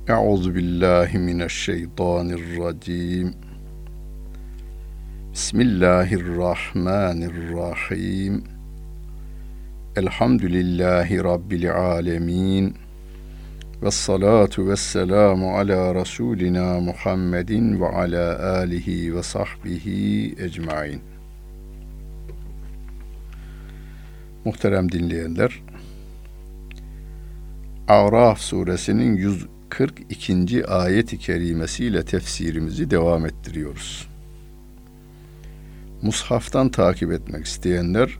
Euzu billahi mineşşeytanirracim. Bismillahirrahmanirrahim. Elhamdülillahi rabbil alamin. Vessalatu vesselamu ala Resulina Muhammedin ve ala alihi ve sahbihi ecmain. Muhterem dinleyenler, A'raf suresinin 142. ayet-i kerimesiyle tefsirimizi devam ettiriyoruz. Mushaftan takip etmek isteyenler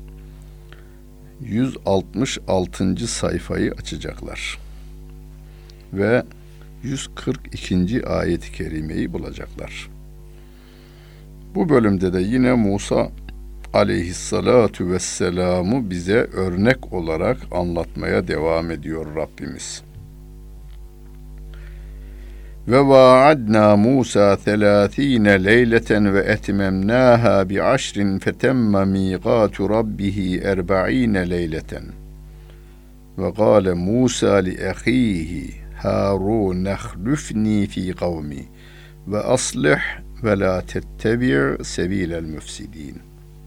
166. sayfayı açacaklar ve 142. ayet-i kerimeyi bulacaklar. Bu bölümde de yine Musa aleyhissalatu vesselam'ı bize örnek olarak anlatmaya devam ediyor Rabbimiz. Ve vaadna Musa 30 leyleten ve etmemnaha bi aşrin fetemme miqatu rabbihi 40 leyleten. Ve gâle Musa li ahihi Harun nehlufni fi kavmi ve aslih ve la tettebi' sebilel müfsidin.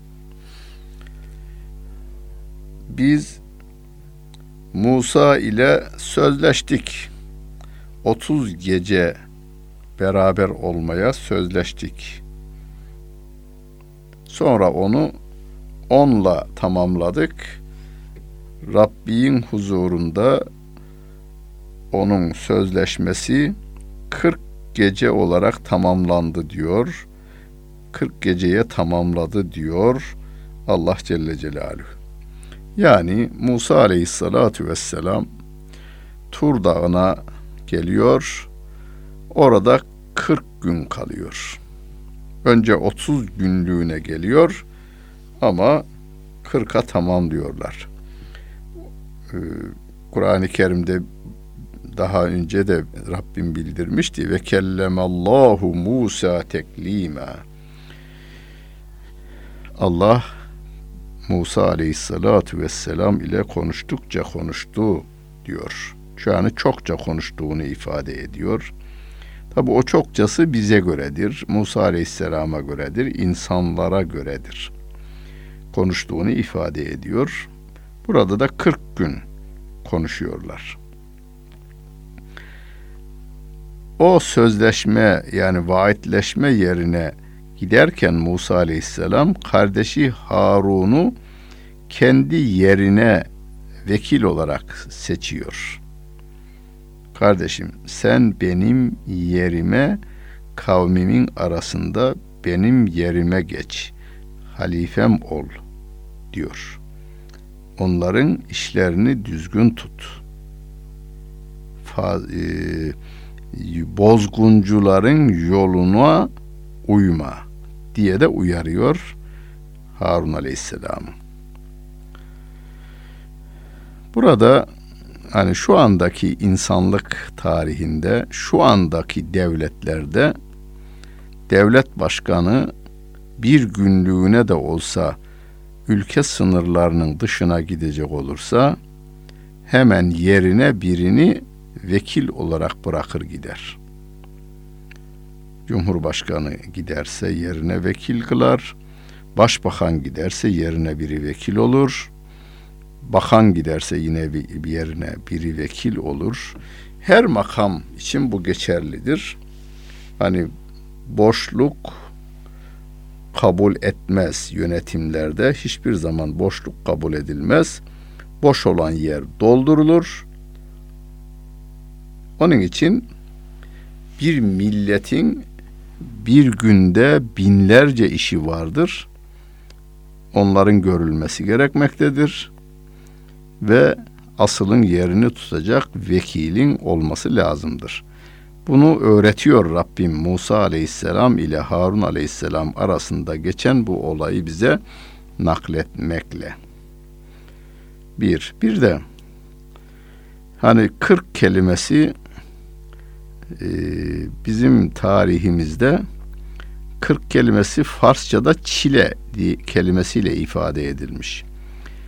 Biz Musa ile sözleştik. 30 gece beraber olmaya sözleştik. Sonra onu 10'la tamamladık. Rabbin huzurunda onun sözleşmesi 40 gece olarak tamamlandı diyor. 40 geceye tamamladı diyor Allah Celle Celaluhu. Yani Musa aleyhissalatu vesselam Tur Dağı'na geliyor. Orada 40 gün kalıyor. Önce 30 günlüğüne geliyor ama 40'a tamam diyorlar. Kur'an-ı Kerim'de daha önce de Rabbim bildirmişti. Ve kellemallahu Musa teklima. Allah Musa aleyhissalatu vesselam ile konuştukça konuştu diyor. Şu an çokça konuştuğunu ifade ediyor. Tabi o çokçası bize göredir. Musa aleyhisselama göredir. İnsanlara göredir. Konuştuğunu ifade ediyor. Burada da 40 gün konuşuyorlar. O sözleşme yani vaatleşme yerine giderken Musa aleyhisselam kardeşi Harun'u kendi yerine vekil olarak seçiyor. Kardeşim sen benim yerime kavmimin arasında benim yerime geç. Halifem ol diyor. Onların işlerini düzgün tut. Bozguncuların yoluna uyma diye de uyarıyor Harun aleyhisselam. Burada hani şu andaki insanlık tarihinde, şu andaki devletlerde devlet başkanı bir günlüğüne de olsa ülke sınırlarının dışına gidecek olursa hemen yerine birini vekil olarak bırakır gider. Cumhurbaşkanı giderse yerine vekil kılar. Başbakan giderse yerine biri vekil olur. Bakan giderse yine bir yerine biri vekil olur. Her makam için bu geçerlidir. Hani boşluk kabul etmez yönetimlerde. Hiçbir zaman boşluk kabul edilmez. Boş olan yer doldurulur. Onun için bir milletin bir günde binlerce işi vardır. Onların görülmesi gerekmektedir. Ve asılın yerini tutacak vekilin olması lazımdır. Bunu öğretiyor Rabbim Musa aleyhisselam ile Harun aleyhisselam arasında geçen bu olayı bize nakletmekle. Bir de hani 40 kelimesi bizim tarihimizde 40 kelimesi Farsçada çile kelimesiyle ifade edilmiş.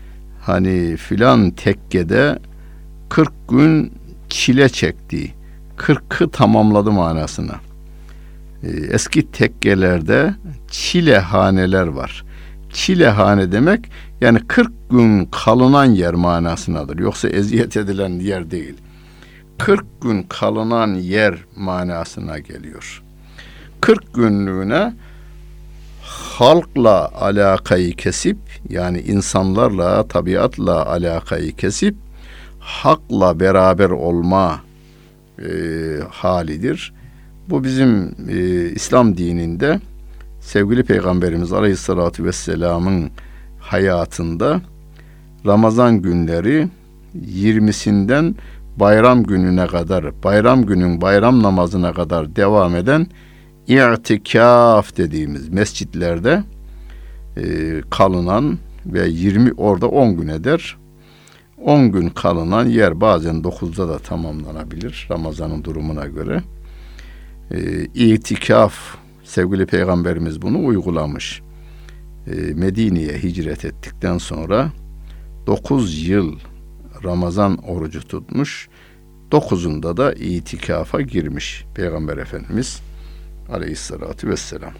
Hani filan tekkede 40 gün çile çekti, 40'ı tamamladı manasına. Eski tekkelerde çilehaneler var. Çilehane demek yani 40 gün kalınan yer manasındadır. Yoksa eziyet edilen yer değil. 40 gün kalınan yer manasına geliyor. 40 günlüğüne halkla alakayı kesip, yani insanlarla, tabiatla alakayı kesip hakla beraber olma halidir. Bu bizim İslam dininde sevgili Peygamberimiz Aleyhisselatü Vesselam'ın hayatında Ramazan günleri 20'sinden bayram gününe kadar, bayram günün bayram namazına kadar devam eden İ'tikaf dediğimiz mescitlerde kalınan ve 20 orada 10 gün eder. 10 gün kalınan yer bazen 9'da da tamamlanabilir Ramazan'ın durumuna göre. İtikaf, sevgili Peygamberimiz bunu uygulamış. Medine'ye hicret ettikten sonra 9 yıl Ramazan orucu tutmuş. 9'unda da itikafa girmiş Peygamber Efendimiz Aleyhisselatü Vesselam.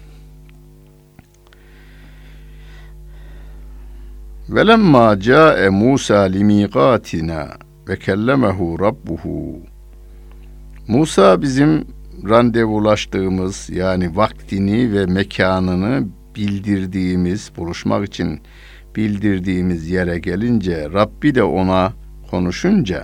Velemma câe Musa limîgâtina ve kellemehu rabbuhu. Musa bizim randevulaştığımız, yani vaktini ve mekanını bildirdiğimiz, buluşmak için bildirdiğimiz yere gelince, Rabbi de ona konuşunca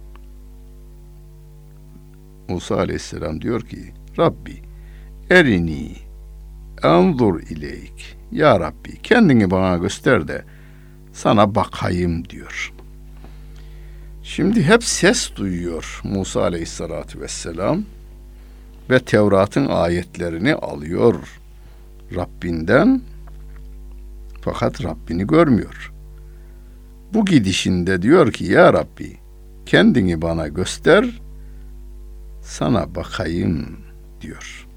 Musa Aleyhisselam diyor ki, Rabbi erini anzur ileyk. Ya Rabbi kendini bana göster de sana bakayım diyor. Şimdi hep ses duyuyor Musa Aleyhisselatü Vesselam ve Tevrat'ın ayetlerini alıyor Rabbinden, fakat Rabbini görmüyor. Bu gidişinde diyor ki, ya Rabbi kendini bana göster, sana bakayım diyor.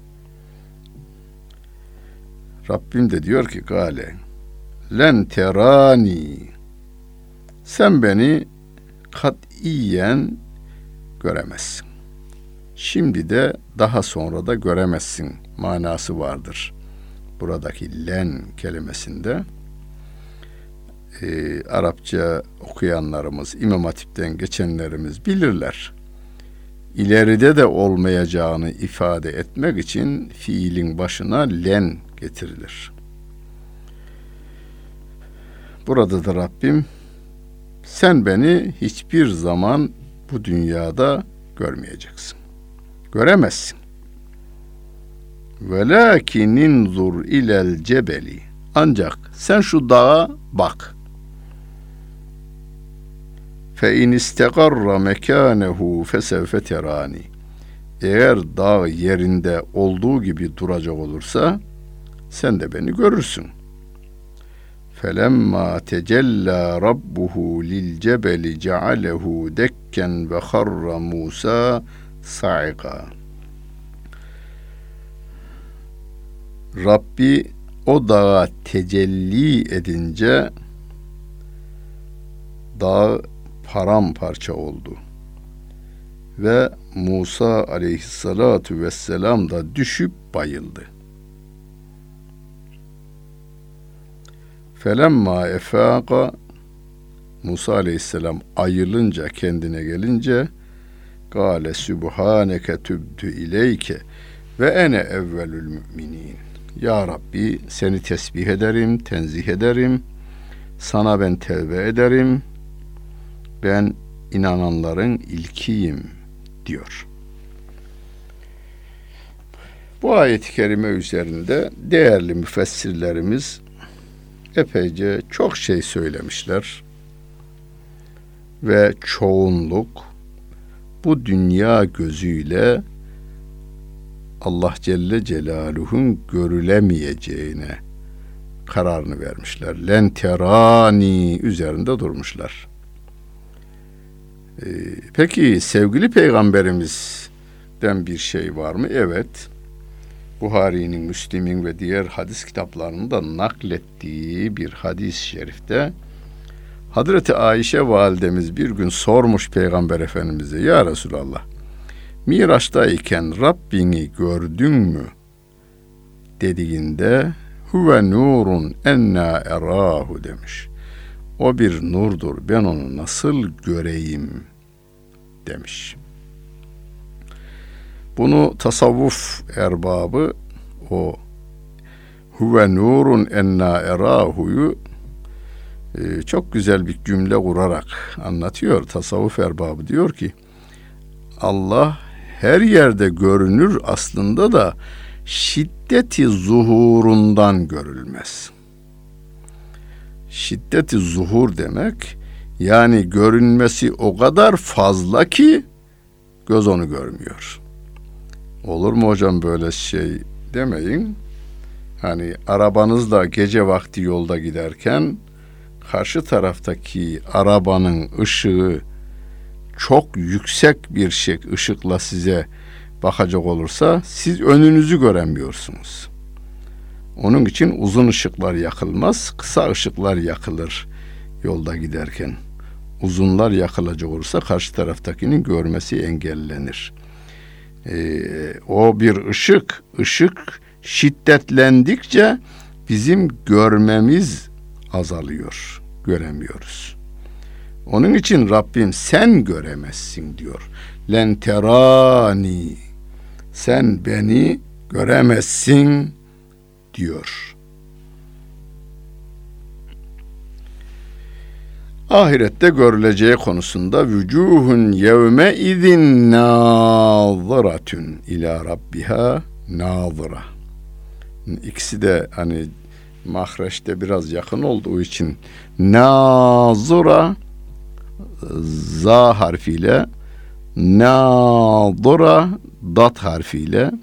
Rabbim de diyor ki, gale len terani, sen beni katiyen göremezsin. Şimdi de daha sonra da göremezsin manası vardır. Buradaki len kelimesinde Arapça okuyanlarımız, İmam Hatip'ten geçenlerimiz bilirler. İleride de olmayacağını ifade etmek için fiilin başına len getirilir. Burada da Rabbim, sen beni hiçbir zaman bu dünyada görmeyeceksin. Göremezsin. Velakin inzur ilel cebeli. Ancak sen şu dağa bak. Fe in istegarra mekanehu fesevfe terani. Eğer dağ yerinde olduğu gibi duracak olursa sen de beni görürsün. Felemma tecella rabbuhu lil cebeli cealehu dekken ve harra Musa sa'iqa. Rabbi o dağa tecelli edince dağ paramparça oldu ve Musa aleyhissalatu vesselam da düşüp bayıldı. Felemma efâka, Musa aleyhisselam ayılınca, kendine gelince, gâle sübhâneke tübdü ileyke ve ene evvelül müminin. Ya Rabbi seni tesbih ederim, tenzih ederim, sana ben tevbe ederim, ben inananların ilkiyim diyor. Bu ayet-i kerime üzerinde değerli müfessirlerimiz epeyce çok şey söylemişler ve çoğunluk bu dünya gözüyle Allah Celle Celaluhu'nun görülemeyeceğine kararını vermişler. Len terani üzerinde durmuşlar. Peki sevgili Peygamberimizden bir şey var mı? Evet. Buhari'nin, Müslim'in ve diğer hadis kitaplarında naklettiği bir hadis-i şerifte Hazreti Ayşe validemiz bir gün sormuş Peygamber Efendimiz'e, ya Resulallah Miraç'tayken Rabbini gördün mü dediğinde huve nurun enna erahu demiş. O bir nurdur, ben onu nasıl göreyim demiş. Bunu tasavvuf erbabı o huve nurun enna erahu'yu çok güzel bir cümle kurarak anlatıyor. Tasavvuf erbabı diyor ki Allah her yerde görünür, aslında da şiddeti zuhurundan görülmez. Şiddeti zuhur demek, yani görünmesi o kadar fazla ki göz onu görmüyor. Olur mu hocam böyle şey demeyin. Hani arabanızla gece vakti yolda giderken karşı taraftaki arabanın ışığı çok yüksek bir ışıkla size bakacak olursa siz önünüzü göremiyorsunuz. Onun için uzun ışıklar yakılmaz, kısa ışıklar yakılır yolda giderken. Uzunlar yakılacak olursa karşı taraftakinin görmesi engellenir. O bir ışık şiddetlendikçe bizim görmemiz azalıyor, göremiyoruz. Onun için Rabbim sen göremezsin diyor. Len terani, sen beni göremezsin diyor. Ahirette görüleceği konusunda vücuhun yevme izin nâzıratun ila rabbiha nâzıra. İkisi de hani mahreçte biraz yakın olduğu için nâzıra za harfiyle, nâzıra dat harfiyle,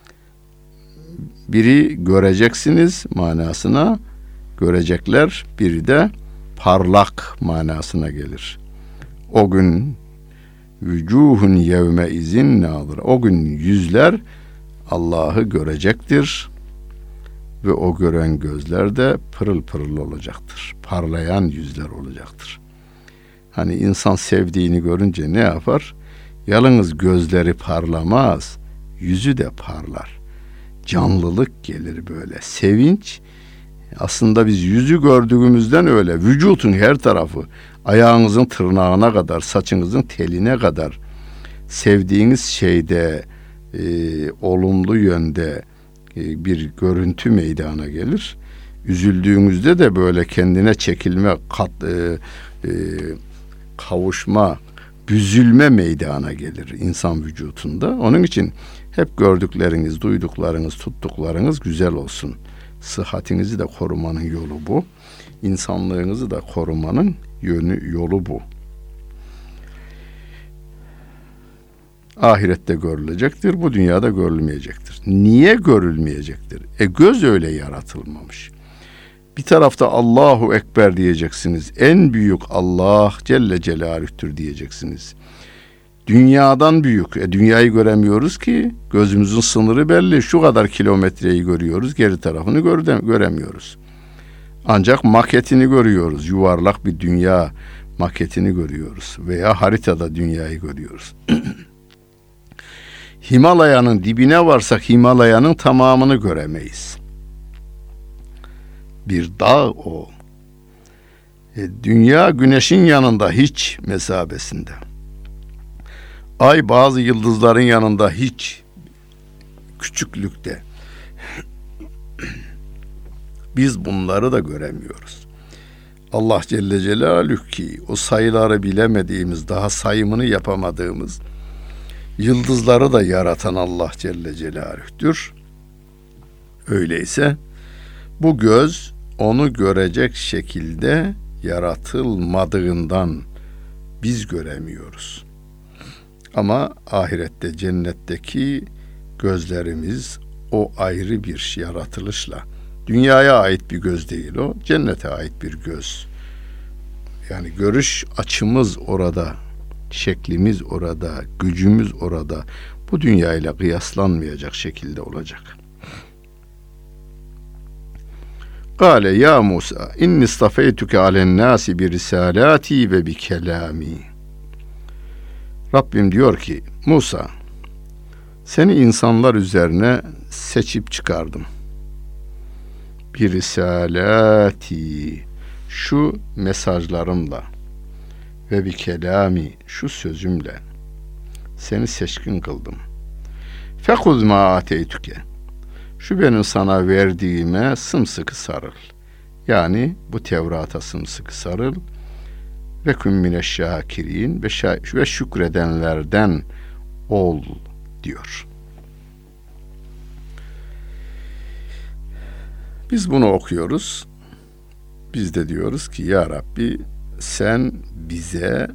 biri göreceksiniz manasına görecekler, biri de parlak manasına gelir. O gün vücuhun yevme izin nâzıra, o gün yüzler Allah'ı görecektir ve o gören gözler de pırıl pırıl olacaktır. Parlayan yüzler olacaktır. Hani insan sevdiğini görünce ne yapar? Yalnız gözleri parlamaz, yüzü de parlar. Canlılık gelir böyle, sevinç. Aslında biz yüzü gördüğümüzden öyle, vücutun her tarafı, ayağınızın tırnağına kadar, saçınızın teline kadar sevdiğiniz şeyde olumlu yönde bir görüntü meydana gelir. Üzüldüğünüzde de böyle kendine çekilme, kavuşma, büzülme meydana gelir insan vücutunda. Onun için hep gördükleriniz, duyduklarınız, tuttuklarınız güzel olsun. Sıhhatinizi de korumanın yolu bu. İnsanlığınızı da korumanın yolu bu. Ahirette görülecektir, bu dünyada görülmeyecektir. Niye görülmeyecektir? Göz öyle yaratılmamış. Bir tarafta Allahu Ekber diyeceksiniz. En büyük Allah Celle Celaluh'tür diyeceksiniz. Dünyadan büyük. Dünyayı göremiyoruz ki. Gözümüzün sınırı belli. Şu kadar kilometreyi görüyoruz. Geri tarafını göremiyoruz. Ancak maketini görüyoruz. Yuvarlak bir dünya maketini görüyoruz. Veya haritada dünyayı görüyoruz. Himalaya'nın dibine varsak Himalaya'nın tamamını göremeyiz. Bir dağ o. Dünya güneşin yanında hiç mesabesinde. Ay bazı yıldızların yanında hiç küçüklükte. Biz bunları da göremiyoruz. Allah Celle Celaluhu ki o sayıları bilemediğimiz, daha sayımını yapamadığımız yıldızları da yaratan Allah Celle Celaluhu'dur. Öyleyse bu göz onu görecek şekilde yaratılmadığından biz göremiyoruz. Ama ahirette, cennetteki gözlerimiz o ayrı bir yaratılışla, dünyaya ait bir göz değil o, cennete ait bir göz. Yani görüş açımız orada, şeklimiz orada, gücümüz orada. Bu dünyayla kıyaslanmayacak şekilde olacak. Kâle ya Musa inni istafeytuke alen nâsi bi risalâti ve bi kelâmi. Rabbim diyor ki Musa, Seni insanlar üzerine seçip çıkardım. Bir risalati, şu mesajlarımla ve bir kelami, şu sözümle seni seçkin kıldım. Fekuz ma ateytüke, şu benim sana verdiğime sımsıkı sarıl. Yani bu Tevrat'a sımsıkı sarıl. Ve kün mineşşâkirîn, ve şükredenlerden ol diyor. Biz bunu okuyoruz. Biz de diyoruz ki ya Rabbi, sen bize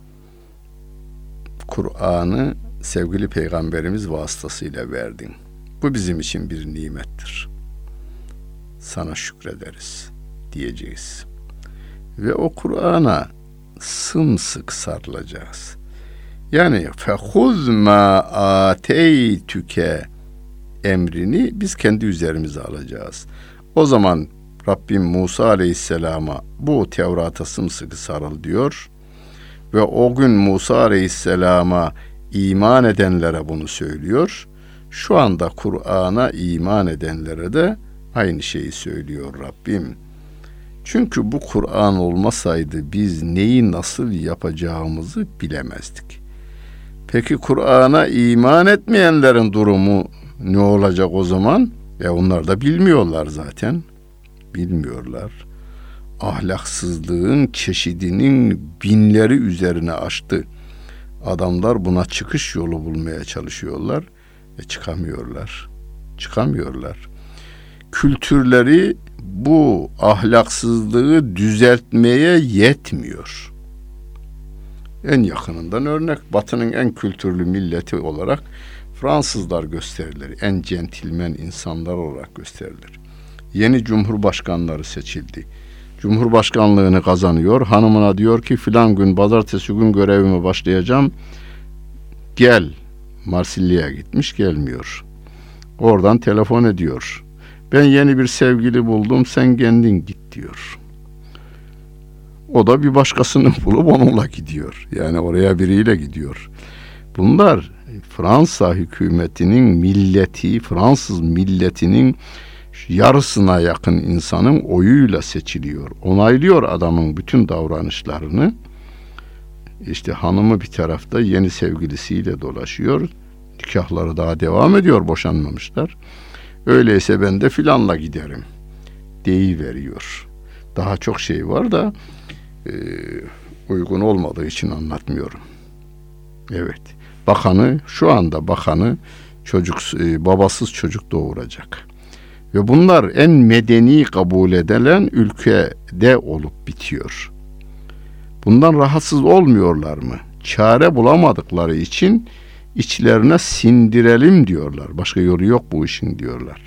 Kur'an'ı sevgili Peygamberimiz vasıtasıyla verdin. Bu bizim için bir nimettir. Sana şükrederiz diyeceğiz. Ve o Kur'an'a sımsıkı sarılacağız. Yani fehuz ma ateytüke emrini biz kendi üzerimize alacağız. O zaman Rabbim Musa Aleyhisselam'a bu Tevrat'a sımsıkı sarıl diyor ve o gün Musa Aleyhisselam'a iman edenlere bunu söylüyor. Şu anda Kur'an'a iman edenlere de aynı şeyi söylüyor Rabbim. Çünkü bu Kur'an olmasaydı biz neyi nasıl yapacağımızı bilemezdik. Peki Kur'an'a iman etmeyenlerin durumu ne olacak o zaman? Onlar da bilmiyorlar zaten. Bilmiyorlar. Ahlaksızlığın çeşidinin binleri üzerine aştı. Adamlar buna çıkış yolu bulmaya çalışıyorlar ve çıkamıyorlar. Çıkamıyorlar. Kültürleri bu ahlaksızlığı düzeltmeye yetmiyor. En yakınından örnek, Batı'nın en kültürlü milleti olarak Fransızlar gösterilir. En centilmen insanlar olarak gösterilir. Yeni cumhurbaşkanları seçildi. Cumhurbaşkanlığını kazanıyor. Hanımına diyor ki filan gün, pazartesi gün görevime başlayacağım. Gel. Marsilya'ya gitmiş, gelmiyor. Oradan telefon ediyor. Ben yeni bir sevgili buldum, sen kendin git diyor. O da bir başkasını bulup onunla gidiyor. Yani oraya biriyle gidiyor. Bunlar Fransa hükümetinin milleti, Fransız milletinin yarısına yakın insanın oyuyla seçiliyor. Onaylıyor adamın bütün davranışlarını. İşte hanımı bir tarafta yeni sevgilisiyle dolaşıyor. Nikahları daha devam ediyor, boşanmamışlar. Öyleyse ben de filanla giderim deyiveriyor. Daha çok şey var da uygun olmadığı için anlatmıyorum. Evet. Şu anda bakanı babasız çocuk doğuracak. Ve bunlar en medeni kabul edilen ülkede olup bitiyor. Bundan rahatsız olmuyorlar mı? Çare bulamadıkları için içlerine sindirelim diyorlar. Başka yolu yok bu işin diyorlar.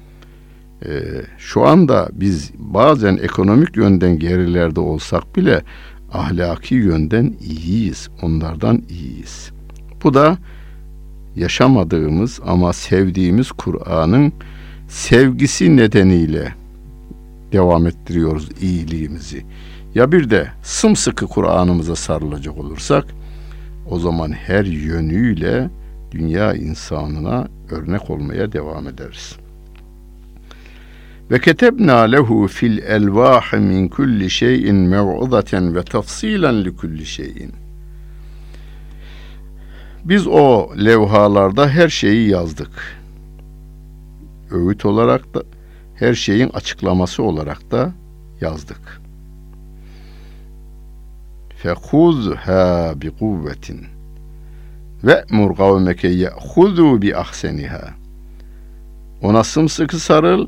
Şu anda biz bazen ekonomik yönden gerilerde olsak bile ahlaki yönden iyiyiz. Onlardan iyiyiz. Bu da yaşamadığımız ama sevdiğimiz Kur'an'ın sevgisi nedeniyle devam ettiriyoruz iyiliğimizi. Ya bir de sımsıkı Kur'an'ımıza sarılacak olursak, o zaman her yönüyle dünya insanına örnek olmaya devam ederiz. Ve ketebna lehu fil elvah min kulli şeyin mev'uzaten ve tafsilan li kulli şeyin. Biz o levhalarda her şeyi yazdık. Öğüt olarak da, her şeyin açıklaması olarak da yazdık. Fekuzha bi kuvvetin ve'mur kavmeke ye'huzu bi ahseniha. Ona sımsıkı sarıl,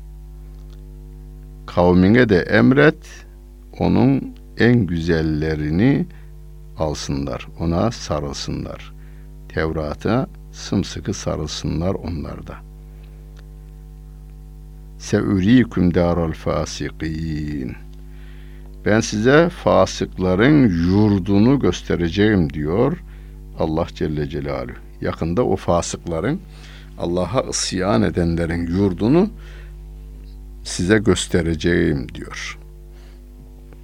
kavmine de emret, onun en güzellerini alsınlar, ona sarılsınlar. Tevrat'a sımsıkı sarılsınlar onlar da. Se'urikum daral fasikin. Ben size fasıkların yurdunu göstereceğim diyor Allah Celle Celaluhu. Yakında o fasıkların, Allah'a isyan edenlerin yurdunu size göstereceğim diyor.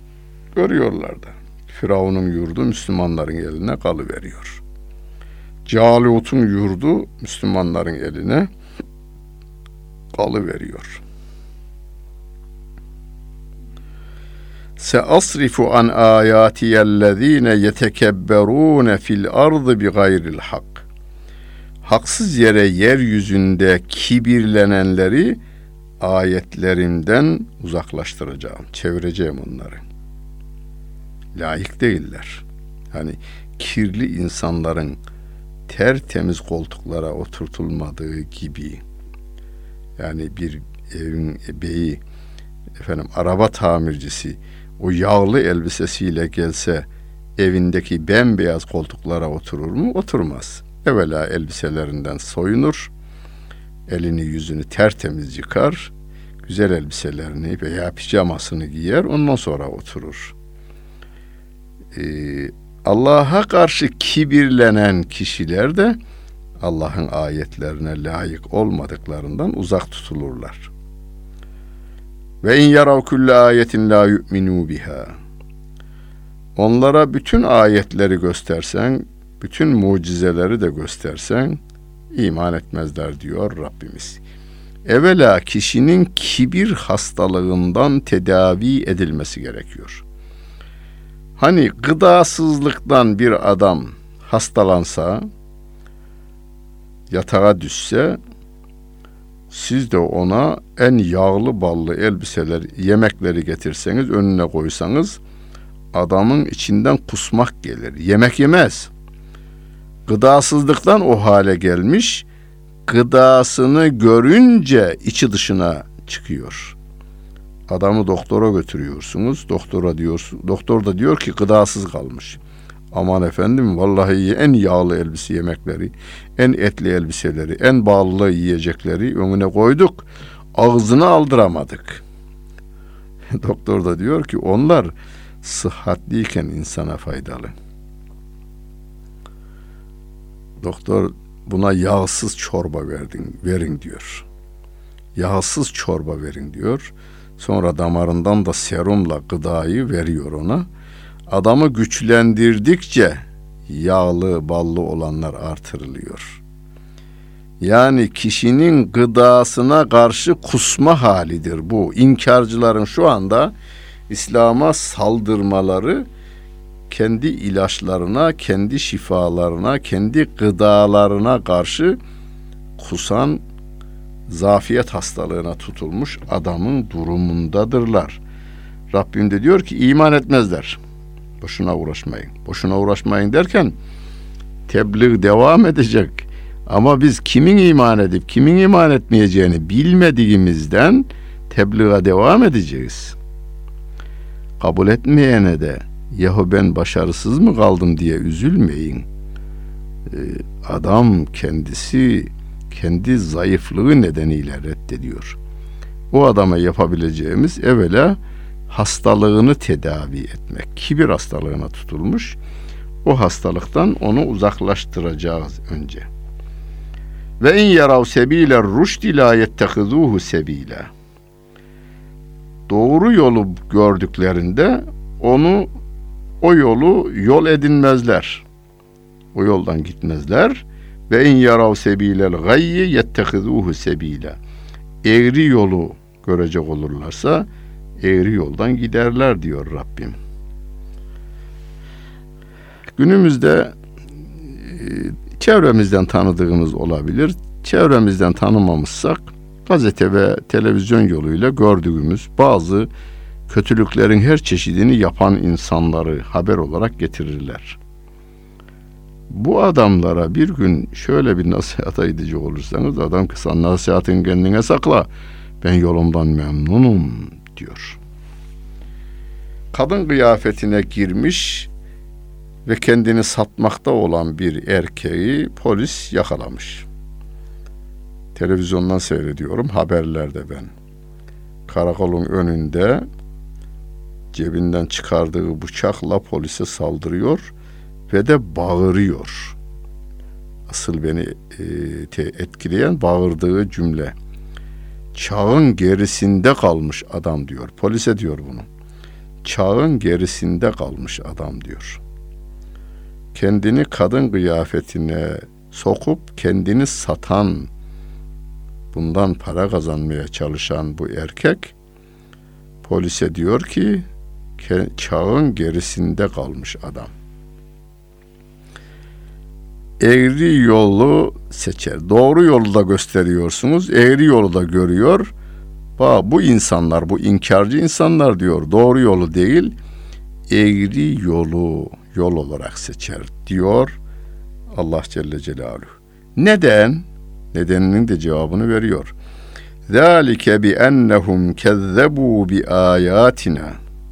Görüyorlar da. Firavun'un yurdu Müslümanların eline kalıveriyor. Calut'un yurdu Müslümanların eline kalıveriyor. Seasrifu an ayatiyellezine yetekebberune fil ardı bi gayril hak. Haksız yere yeryüzünde kibirlenenleri ayetlerimden uzaklaştıracağım, çevireceğim onları. Layık değiller. Hani kirli insanların tertemiz koltuklara oturtulmadığı gibi, yani bir evin beyi, araba tamircisi o yağlı elbisesiyle gelse evindeki bembeyaz koltuklara oturur mu? Oturmaz. Evvela elbiselerinden soyunur, elini yüzünü tertemiz yıkar, güzel elbiselerini veya pijamasını giyer, ondan sonra oturur. Allah'a karşı kibirlenen kişiler de Allah'ın ayetlerine layık olmadıklarından uzak tutulurlar. Ve in yarav kulle ayetin la yu'minu biha. Onlara bütün ayetleri göstersen, bütün mucizeleri de göstersen iman etmezler diyor Rabbimiz. Evvela kişinin kibir hastalığından tedavi edilmesi gerekiyor. Hani gıdasızlıktan bir adam hastalansa, yatağa düşse, siz de ona en yağlı ballı elbiseler, yemekleri getirseniz, önüne koysanız, adamın içinden kusmak gelir. Yemek yemez. Gıdasızlıktan o hale gelmiş, gıdasını görünce içi dışına çıkıyor. Adamı doktora götürüyorsunuz. Doktor da diyor ki gıdasız kalmış. Aman efendim, vallahi en yağlı elbise yemekleri, en etli elbiseleri, en bağlı yiyecekleri önüne koyduk. Ağzını aldıramadık. Doktor da diyor ki onlar sıhhatliyken insana faydalı. Doktor buna yağsız çorba verin diyor. Yağsız çorba verin diyor. Sonra damarından da serumla gıdayı veriyor ona. Adamı güçlendirdikçe yağlı, ballı olanlar artırılıyor. Yani kişinin gıdasına karşı kusma halidir bu. İnkarcıların şu anda İslam'a saldırmaları, kendi ilaçlarına, kendi şifalarına, kendi gıdalarına karşı kusan, zafiyet hastalığına tutulmuş adamın durumundadırlar. Rabbim de diyor ki iman etmezler. Boşuna uğraşmayın. Boşuna uğraşmayın derken tebliğ devam edecek. Ama biz kimin iman edip kimin iman etmeyeceğini bilmediğimizden tebliğe devam edeceğiz. Kabul etmeyene de yahu ben başarısız mı kaldım diye üzülmeyin. Adam kendisi kendi zayıflığı nedeniyle reddediyor. O adama yapabileceğimiz evvela hastalığını tedavi etmek. Kibir hastalığına tutulmuş. O hastalıktan onu uzaklaştıracağız önce. Ve in yarav sebile rüşdi la yettehizuhu sebila. Doğru yolu gördüklerinde o yolu yol edinmezler. O yoldan gitmezler. Ve in yarav sebilel gayyi yettehizuhu sebila. Eğri yolu görecek olurlarsa eğri yoldan giderler diyor Rabbim. Günümüzde çevremizden tanıdığımız olabilir. Çevremizden tanımamışsak gazete ve televizyon yoluyla gördüğümüz bazı kötülüklerin her çeşidini yapan insanları haber olarak getirirler. Bu adamlara bir gün şöyle bir nasihat edici olursanız, adam ki sen nasihatini kendine sakla, ben yolumdan memnunum diyor. Kadın kıyafetine girmiş ve kendini satmakta olan bir erkeği polis yakalamış. Televizyondan seyrediyorum, haberlerde ben. Karakolun önünde cebinden çıkardığı bıçakla polise saldırıyor ve de bağırıyor. Asıl beni etkileyen bağırdığı cümle. Çağın gerisinde kalmış adam diyor. Polise diyor bunu. Çağın gerisinde kalmış adam diyor. Kendini kadın kıyafetine sokup kendini satan, bundan para kazanmaya çalışan bu erkek polise diyor ki çağın gerisinde kalmış adam. Eğri yolu seçer. Doğru yolu da gösteriyorsunuz. Eğri yolu da görüyor. Bu insanlar, bu inkarcı insanlar diyor, doğru yolu değil, eğri yolu yol olarak seçer diyor Allah Celle Celaluhu. Neden? Nedeninin de cevabını veriyor. ذَٰلِكَ بِأَنَّهُمْ كَذَّبُوا بِآيَاتِنَا.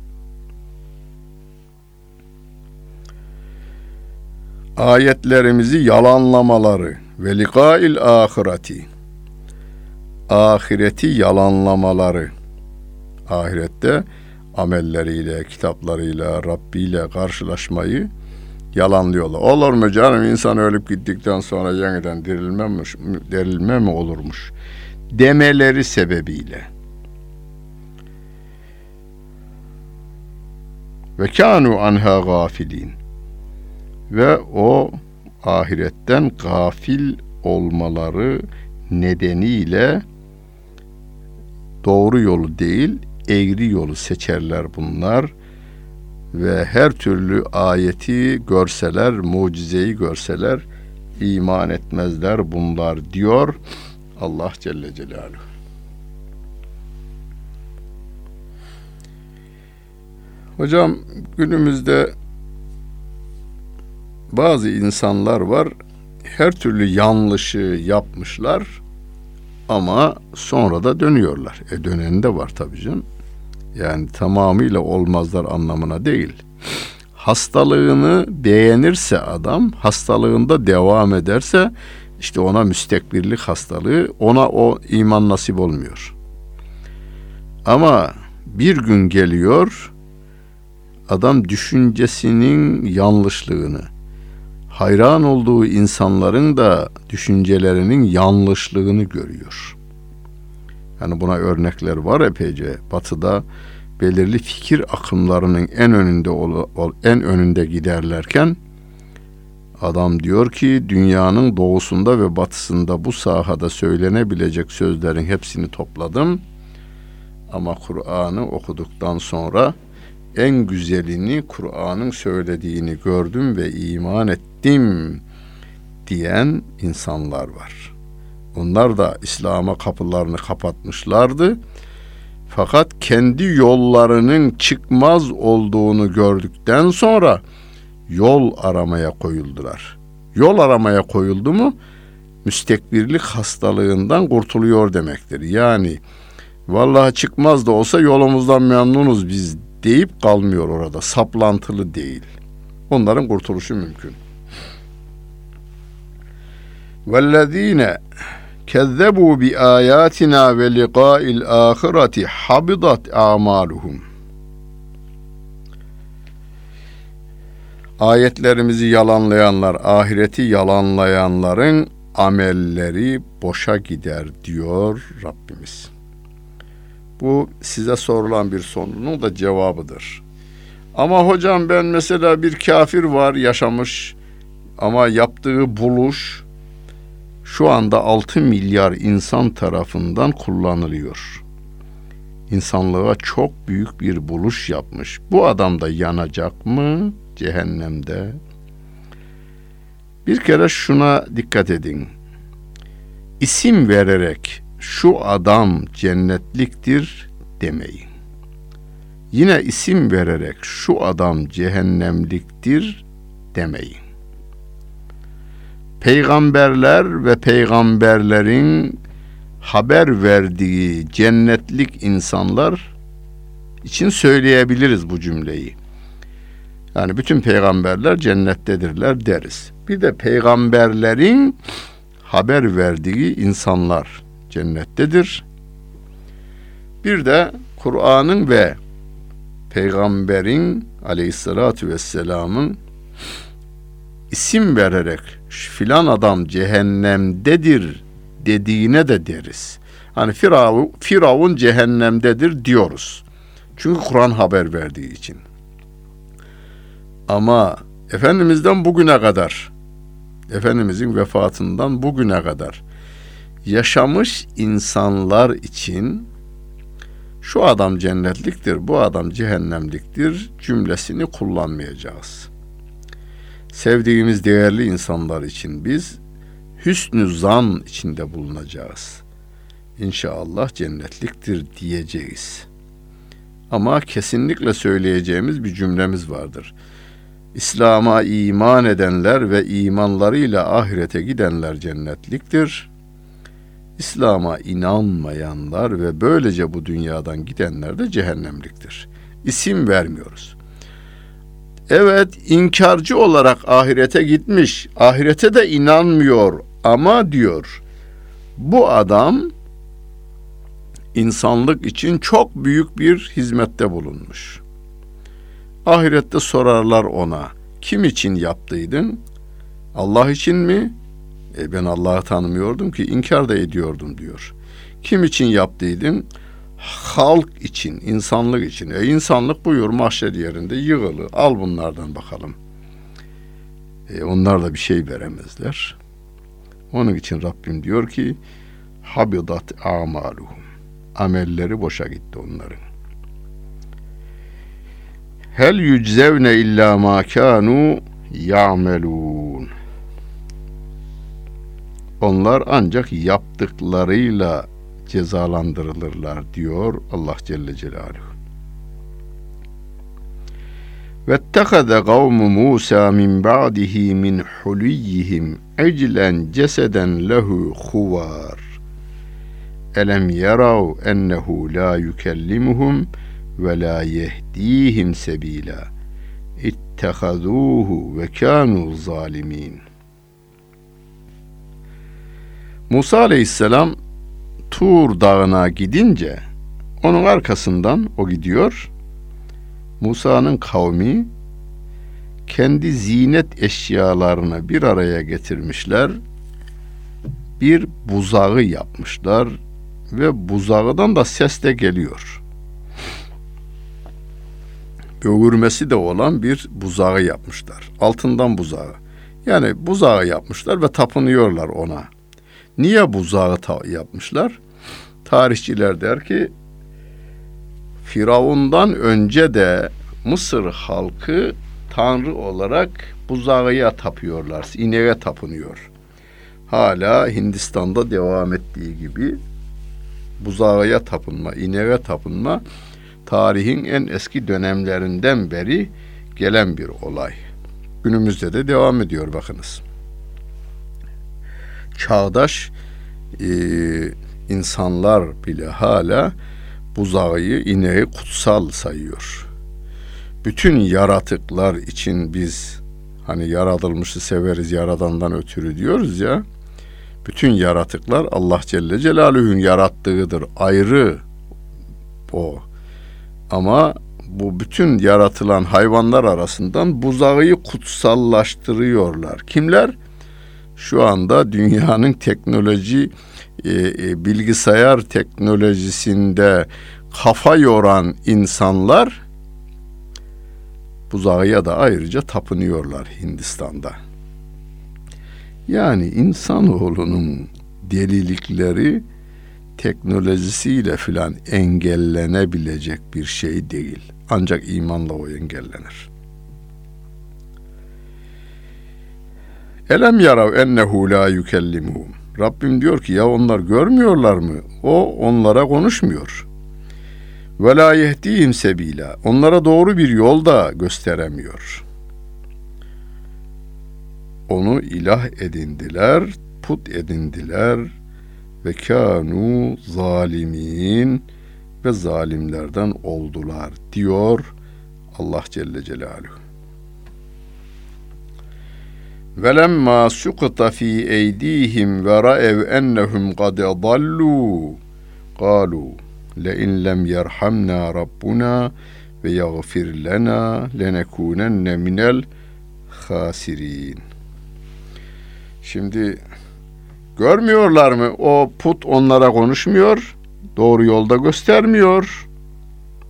Ayetlerimizi yalanlamaları ve liqa'il ahireti, ahireti yalanlamaları, ahirette amelleriyle, kitaplarıyla, Rabbi ile karşılaşmayı yalanlıyorlar. Olur mu canım, insan ölüp gittikten sonra yeniden dirilme mi olurmuş demeleri sebebiyle. Ve kânû anhâ gâfilîn. Ve o ahiretten gafil olmaları nedeniyle doğru yolu değil, eğri yolu seçerler bunlar. Ve her türlü ayeti görseler, mucizeyi görseler iman etmezler bunlar diyor Allah Celle Celaluhu. Hocam, günümüzde bazı insanlar var, her türlü yanlışı yapmışlar ama sonra da dönüyorlar. Dönen de var tabii canım. Yani tamamıyla olmazlar anlamına değil. Hastalığını beğenirse adam, hastalığında devam ederse, işte ona müstekbirlik hastalığı, ona o iman nasip olmuyor. Ama bir gün geliyor, adam düşüncesinin yanlışlığını, hayran olduğu insanların da düşüncelerinin yanlışlığını görüyor. Yani buna örnekler var epeyce. Batı'da belirli fikir akımlarının en önünde giderlerken adam diyor ki dünyanın doğusunda ve batısında bu sahada söylenebilecek sözlerin hepsini topladım. Ama Kur'an'ı okuduktan sonra en güzelini, Kur'an'ın söylediğini gördüm ve iman ettim diyen insanlar var. Onlar da İslam'a kapılarını kapatmışlardı. Fakat kendi yollarının çıkmaz olduğunu gördükten sonra yol aramaya koyuldular. Yol aramaya koyuldu mu, müstekbirlik hastalığından kurtuluyor demektir. Yani vallahi çıkmaz da olsa yolumuzdan memnunuz biz deyip kalmıyor orada. Saplantılı değil. Onların kurtuluşu mümkün. وَالَّذ۪ينَ كَذَّبُوا بِآيَاتِنَا وَلِقَاءِ الْآخِرَةِ حَبِضَتْ أَعْمَالُهُمْ. Ayetlerimizi yalanlayanlar, ahireti yalanlayanların amelleri boşa gider diyor Rabbimiz. Bu size sorulan bir sorunun da cevabıdır. Ama hocam ben mesela bir kafir var yaşamış ama yaptığı buluş şu anda 6 milyar insan tarafından kullanılıyor. İnsanlığa çok büyük bir buluş yapmış. Bu adam da yanacak mı cehennemde? Bir kere şuna dikkat edin. İsim vererek şu adam cennetliktir demeyin. Yine isim vererek şu adam cehennemliktir demeyin. Peygamberler ve peygamberlerin haber verdiği cennetlik insanlar için söyleyebiliriz bu cümleyi. Yani bütün peygamberler cennettedirler deriz. Bir de peygamberlerin haber verdiği insanlar cennettedir. Bir de Kur'an'ın ve peygamberin aleyhissalatu vesselamın isim vererek filan adam cehennemdedir dediğine de deriz. Hani Firavun cehennemdedir diyoruz. Çünkü Kur'an haber verdiği için. Ama Efendimiz'den bugüne kadar Efendimizin vefatından bugüne kadar yaşamış insanlar için şu adam cennetliktir, bu adam cehennemliktir cümlesini kullanmayacağız. Sevdiğimiz değerli insanlar için biz hüsnü zan içinde bulunacağız. İnşallah cennetliktir diyeceğiz. Ama kesinlikle söyleyeceğimiz bir cümlemiz vardır. İslam'a iman edenler ve imanlarıyla ahirete gidenler cennetliktir. İslam'a inanmayanlar ve böylece bu dünyadan gidenler de cehennemliktir. İsim vermiyoruz. Evet, inkarcı olarak ahirete gitmiş, ahirete de inanmıyor ama diyor, bu adam insanlık için çok büyük bir hizmette bulunmuş. Ahirette sorarlar ona, kim için yaptıydın? Allah için mi? Ben Allah'ı tanımıyordum ki, inkar da ediyordum diyor. Kim için yaptıydın? Halk için, insanlık için. İnsanlık buyur mahşer yerinde yığılı. Al bunlardan bakalım. Onlar da bir şey veremezler. Onun için Rabbim diyor ki, habidat a'maluhum. Amelleri boşa gitti onların. Hel yüczevne illa ma kanu ya'melun. Onlar ancak yaptıklarıyla cezalandırılırlar diyor Allah Celle Celaluhu. Vettehaze kavmu Musa min ba'dihi min huliyyihim eclen ceseden lehu huvar. Elem yarav ennehu la yukellimuhum ve la yehdihim sebila. İttehazuhu ve kanu zalimin. Musa Aleyhisselam Tur Dağı'na gidince onun arkasından o gidiyor. Musa'nın kavmi kendi zinet eşyalarını bir araya getirmişler. Bir buzağı yapmışlar ve buzağıdan da ses de geliyor. Böğürmesi de olan bir buzağı yapmışlar. Altından buzağı. Yani buzağı yapmışlar ve tapınıyorlar ona. Niye buzağı yapmışlar? Tarihçiler der ki, Firavundan önce de Mısır halkı tanrı olarak buzağıya tapıyorlar, ineğe tapınıyor. Hala Hindistan'da devam ettiği gibi buzağıya tapınma, ineğe tapınma tarihin en eski dönemlerinden beri gelen bir olay. Günümüzde de devam ediyor bakınız. Çağdaş insanlar bile hala buzağı, ineği kutsal sayıyor. Bütün yaratıklar için biz hani yaratılmışı severiz yaradandan ötürü diyoruz ya. Bütün yaratıklar Allah Celle Celaluhu'nun yarattığıdır. Ayrı o. Ama bu bütün yaratılan hayvanlar arasından buzağı kutsallaştırıyorlar. Kimler? Şu anda dünyanın bilgisayar teknolojisinde kafa yoran insanlar buzağıya da ayrıca tapınıyorlar Hindistan'da. Yani insanoğlunun delilikleri teknolojisiyle filan engellenebilecek bir şey değil. Ancak imanla o engellenir. Elem yarav ennehu la yukellimuhum. Rabbim diyor ki ya onlar görmüyorlar mı? O onlara konuşmuyor. Ve la yehdihim sebila. Onlara doğru bir yol da gösteremiyor. Onu ilah edindiler, put edindiler ve kânû zalimin ve zalimlerden oldular diyor Allah Celle Celaluhu. Velemma suqta fi eydihim ve ra'ev ennehum kad dallu qalu le in lem yerhamna rabbuna ve yaghfir lena lenekunenne minel hasirin. Şimdi görmüyorlar mı? O put onlara konuşmuyor, doğru yolda göstermiyor.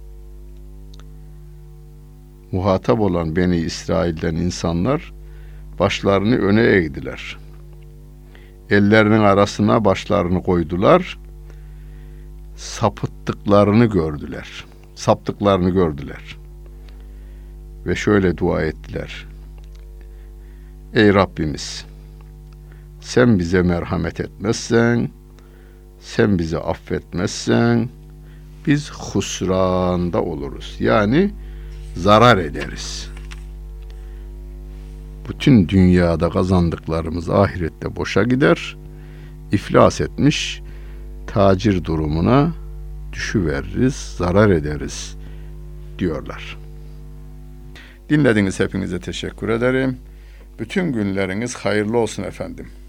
Muhatap olan Beni İsrail'den insanlar başlarını öne eğdiler. Ellerinin arasına başlarını koydular. Sapıttıklarını gördüler. Ve şöyle dua ettiler. Ey Rabbimiz, sen bize merhamet etmezsen, sen bizi affetmezsen, biz husranda oluruz. Yani zarar ederiz. Bütün dünyada kazandıklarımız ahirette boşa gider. İflas etmiş tacir durumuna düşüveririz, zarar ederiz diyorlar. Dinlediğiniz hepinize teşekkür ederim. Bütün günleriniz hayırlı olsun efendim.